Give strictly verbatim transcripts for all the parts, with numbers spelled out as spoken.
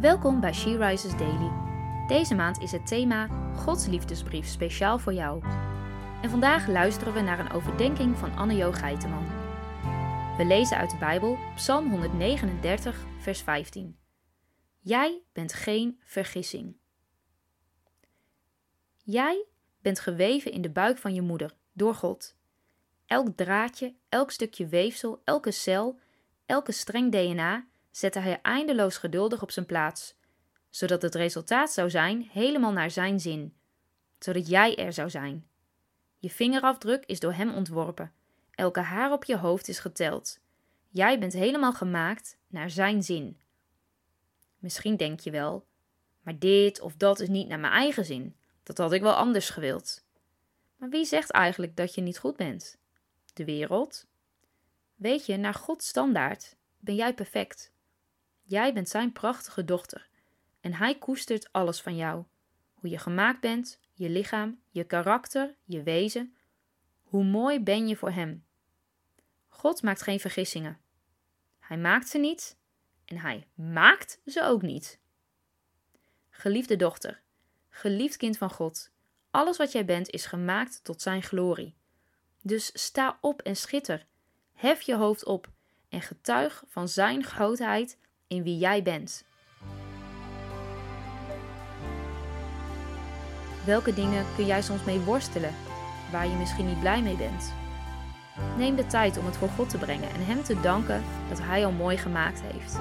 Welkom bij She Rises Daily. Deze maand is het thema Gods liefdesbrief speciaal voor jou. En vandaag luisteren we naar een overdenking van Anne-Jo Geiteman. We lezen uit de Bijbel Psalm honderdnegenendertig, vers vijftien. Jij bent geen vergissing. Jij bent geweven in de buik van je moeder, door God. Elk draadje, elk stukje weefsel, elke cel, elke streng D N A zette hij eindeloos geduldig op zijn plaats, zodat het resultaat zou zijn helemaal naar zijn zin, zodat jij er zou zijn. Je vingerafdruk is door hem ontworpen, elke haar op je hoofd is geteld. Jij bent helemaal gemaakt naar zijn zin. Misschien denk je wel, maar dit of dat is niet naar mijn eigen zin, dat had ik wel anders gewild. Maar wie zegt eigenlijk dat je niet goed bent? De wereld? Weet je, naar Gods standaard ben jij perfect. Jij bent zijn prachtige dochter en hij koestert alles van jou. Hoe je gemaakt bent, je lichaam, je karakter, je wezen. Hoe mooi ben je voor hem. God maakt geen vergissingen. Hij maakt ze niet en hij maakt ze ook niet. Geliefde dochter, geliefd kind van God, alles wat jij bent is gemaakt tot zijn glorie. Dus sta op en schitter, hef je hoofd op en getuig van zijn grootheid in wie jij bent. Welke dingen kun jij soms mee worstelen, waar je misschien niet blij mee bent? Neem de tijd om het voor God te brengen en hem te danken dat hij al mooi gemaakt heeft.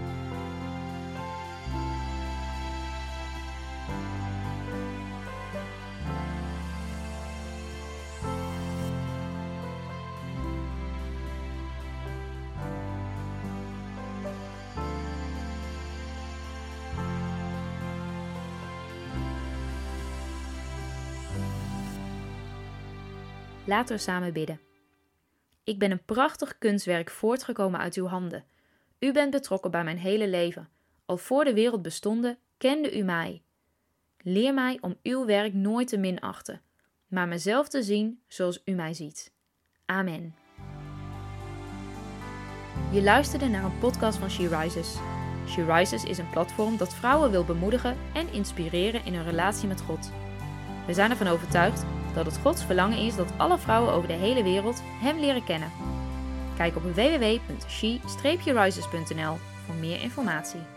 Laten we samen bidden. Ik ben een prachtig kunstwerk voortgekomen uit uw handen. U bent betrokken bij mijn hele leven. Al voor de wereld bestonden, kende u mij. Leer mij om uw werk nooit te minachten, maar mezelf te zien zoals u mij ziet. Amen. Je luisterde naar een podcast van She Rises. She Rises is een platform dat vrouwen wil bemoedigen en inspireren in hun relatie met God. We zijn ervan overtuigd dat het Gods verlangen is dat alle vrouwen over de hele wereld hem leren kennen. Kijk op w w w punt she rises punt n l voor meer informatie.